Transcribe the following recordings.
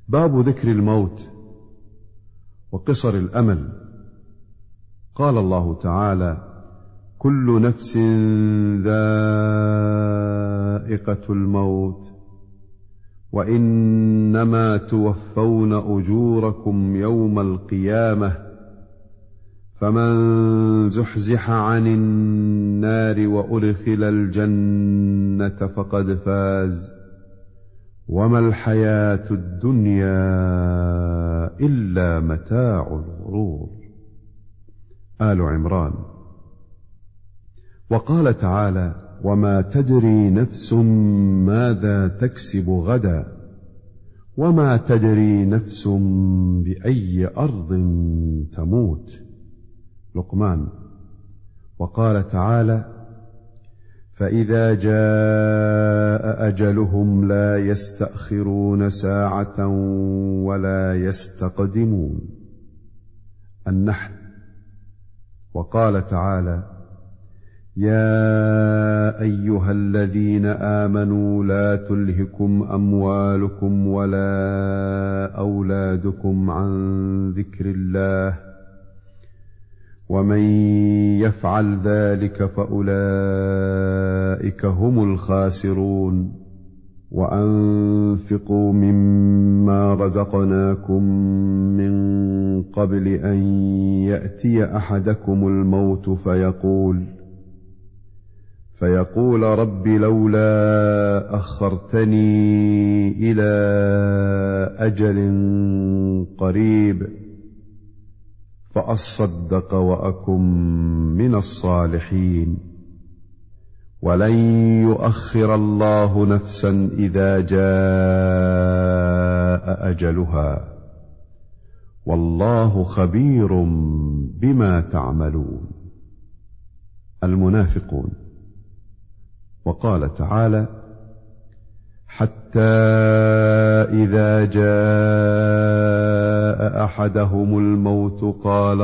باب ذكر الموت وقصر الأمل. قال الله تعالى: كل نفس ذائقة الموت وإنما توفون أجوركم يوم القيامة فمن زحزح عن النار وأدخل الجنة فقد فاز وما الحياة الدنيا إلا متاع الغرور. آل عمران. وقال تعالى: وما تدري نفس ماذا تكسب غدا وما تدري نفس بأي أرض تموت. لقمان. وقال تعالى: فإذا جاء أجلهم لا يستأخرون ساعة ولا يستقدمون. النحل. وقال تعالى: يا أيها الذين آمنوا لا تلهكم أموالكم ولا أولادكم عن ذكر الله ومن يفعل ذلك فأولئك هم الخاسرون. وأنفقوا مما رزقناكم من قبل أن يأتي أحدكم الموت فيقول رب لولا أخرتني إلى أجل قريب فأصدق وأكن من الصالحين ولن يؤخر الله نفسا إذا جاء أجلها والله خبير بما تعملون. المنافقون. وقال تعالى: حتى إذا جاء أحدهم الموت قال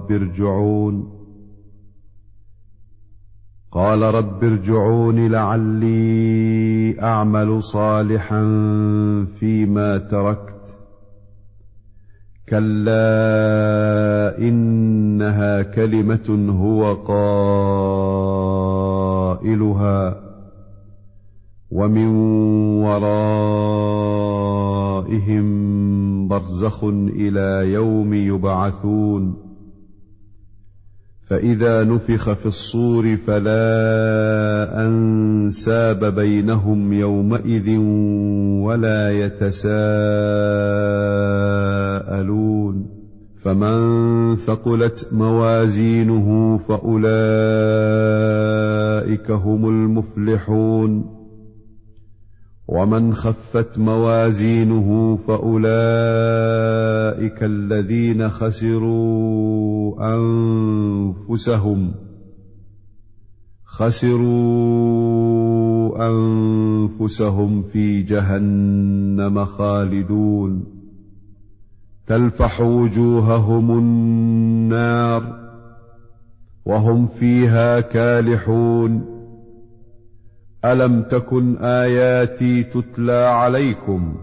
رب ارجعون لعلي أعمل صالحا فيما تركت كلا إنها كلمة هو قائلها ومن ورائهم برزخ إلى يوم يبعثون فإذا نفخ في الصور فلا أنساب بينهم يومئذ ولا يتساءلون فمن ثقلت موازينه فأولئك هم المفلحون ومن خفت موازينه فأولئك الذين خسروا أنفسهم في جهنم خالدون تلفح وجوههم النار وهم فيها كالحون ألم تكن آياتي تتلى عليكم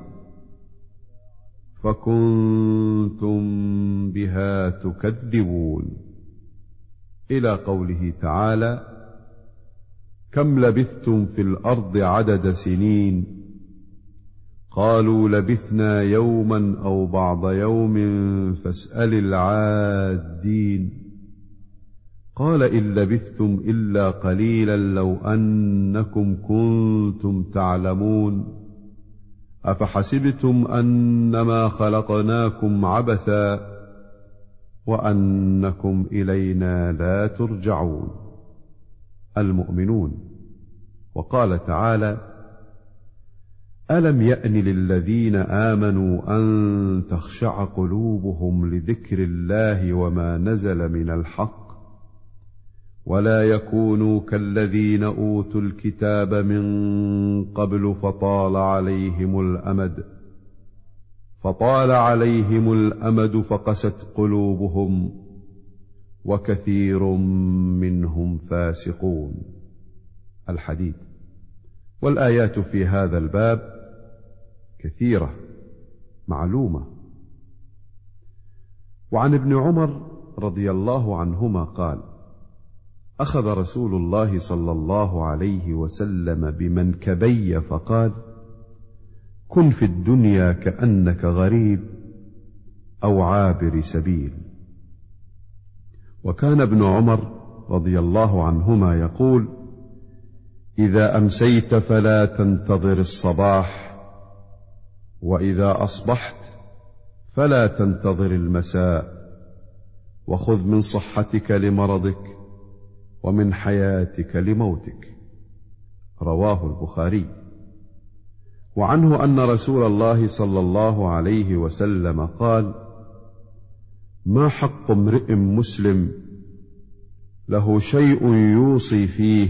فكنتم بها تكذبون. إلى قوله تعالى: كم لبثتم في الأرض عدد سنين قالوا لبثنا يوما أو بعض يوم فاسأل العادين قال إن لبثتم إلا قليلا لو أنكم كنتم تعلمون أفحسبتم أنما خلقناكم عبثا وأنكم إلينا لا ترجعون. المؤمنون. وقال تعالى: ألم يأن للذين آمنوا أن تخشع قلوبهم لذكر الله وما نزل من الحق ولا يكونوا كالذين أوتوا الكتاب من قبل فطال عليهم الأمد فقست قلوبهم وكثير منهم فاسقون. الحديد. والآيات في هذا الباب كثيرة معلومة. وعن ابن عمر رضي الله عنهما قال: أخذ رسول الله صلى الله عليه وسلم بمنكبي فقال: كن في الدنيا كأنك غريب أو عابر سبيل. وكان ابن عمر رضي الله عنهما يقول: إذا أمسيت فلا تنتظر الصباح، وإذا أصبحت فلا تنتظر المساء، وخذ من صحتك لمرضك ومن حياتك لموتك. رواه البخاري. وعنه أن رسول الله صلى الله عليه وسلم قال: ما حق امرئ مسلم له شيء يوصي فيه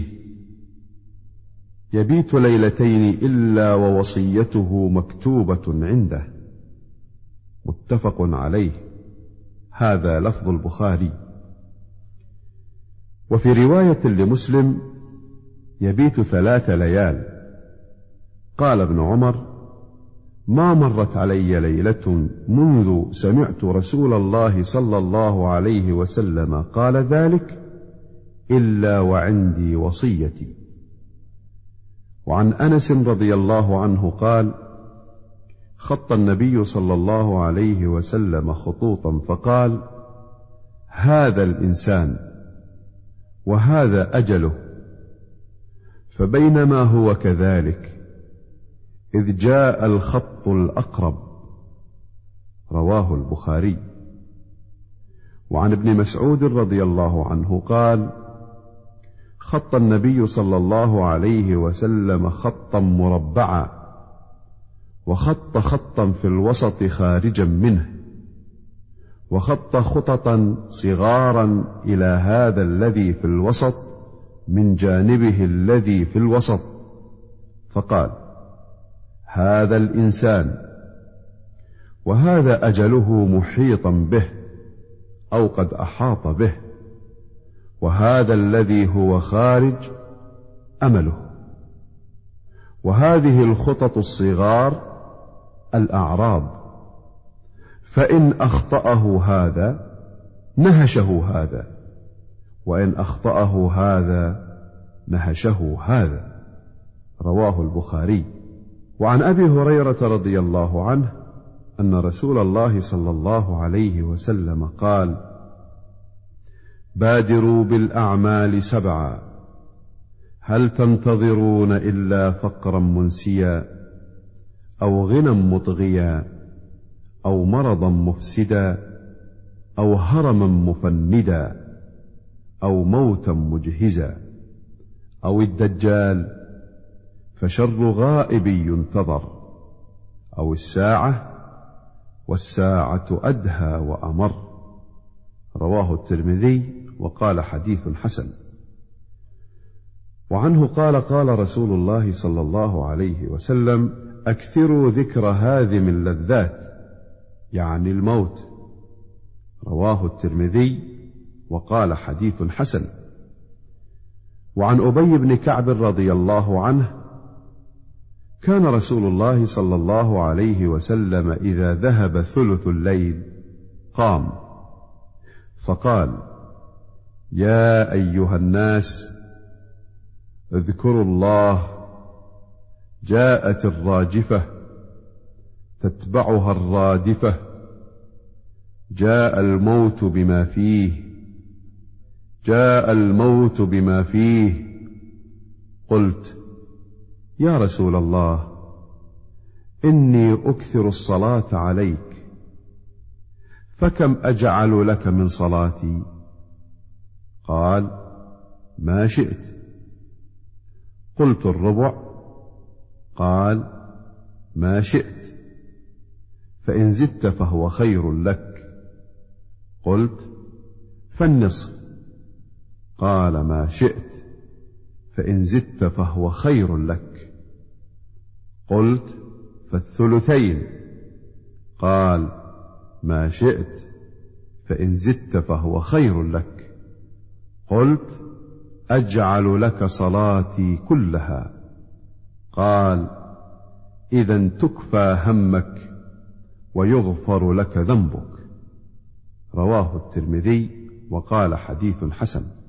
يبيت ليلتين إلا ووصيته مكتوبة عنده. متفق عليه. هذا لفظ البخاري. وفي رواية لمسلم: يبيت 3 ليال. قال ابن عمر: ما مرت علي ليلة منذ سمعت رسول الله صلى الله عليه وسلم قال ذلك إلا وعندي وصيتي. وعن أنس رضي الله عنه قال: خط النبي صلى الله عليه وسلم خطوطا فقال: هذا الإنسان وهذا أجله. فبينما هو كذلك إذ جاء الخط الأقرب. رواه البخاري. وعن ابن مسعود رضي الله عنه قال: خط النبي صلى الله عليه وسلم خطا مربعا، وخط خطا في الوسط خارجا منه، وخط خططا صغارا إلى هذا الذي في الوسط من جانبه الذي في الوسط، فقال: هذا الإنسان وهذا أجله محيطا به أو قد أحاط به، وهذا الذي هو خارج أمله. وهذه الخطط الصغار الأعراض، فإن أخطأه هذا نهشه هذا، وإن أخطأه هذا نهشه هذا. رواه البخاري. وعن أبي هريرة رضي الله عنه أن رسول الله صلى الله عليه وسلم قال: بادروا بالأعمال 7، هل تنتظرون إلا فقرا منسيا أو غنى مطغيا أو مرضا مفسدا أو هرما مفندا أو موتا مجهزا أو الدجال فشر غائب ينتظر أو الساعة والساعة أدهى وأمر. رواه الترمذي وقال حديث حسن. وعنه قال: قال رسول الله صلى الله عليه وسلم: أكثروا ذكر هاذم اللذات، يعني الموت. رواه الترمذي وقال حديث حسن. وعن أبي بن كعب رضي الله عنه: كان رسول الله صلى الله عليه وسلم إذا ذهب ثلث الليل قام فقال: يا أيها الناس اذكروا الله، جاءت الراجفة تتبعها الرادفة، جاء الموت بما فيه، جاء الموت بما فيه. قلت: يا رسول الله، إني أكثر الصلاة عليك، فكم أجعل لك من صلاتي؟ قال: ما شئت. قلت: الربع؟ قال: ما شئت، فإن زدت فهو خير لك. قلت: فالنصف؟ قال: ما شئت، فإن زدت فهو خير لك. قلت: فالثلثين؟ قال: ما شئت، فإن زدت فهو خير لك. قلت: أجعل لك صلاتي كلها. قال: إذا تكفى همك ويغفر لك ذنبك. رواه الترمذي وقال حديث حسن.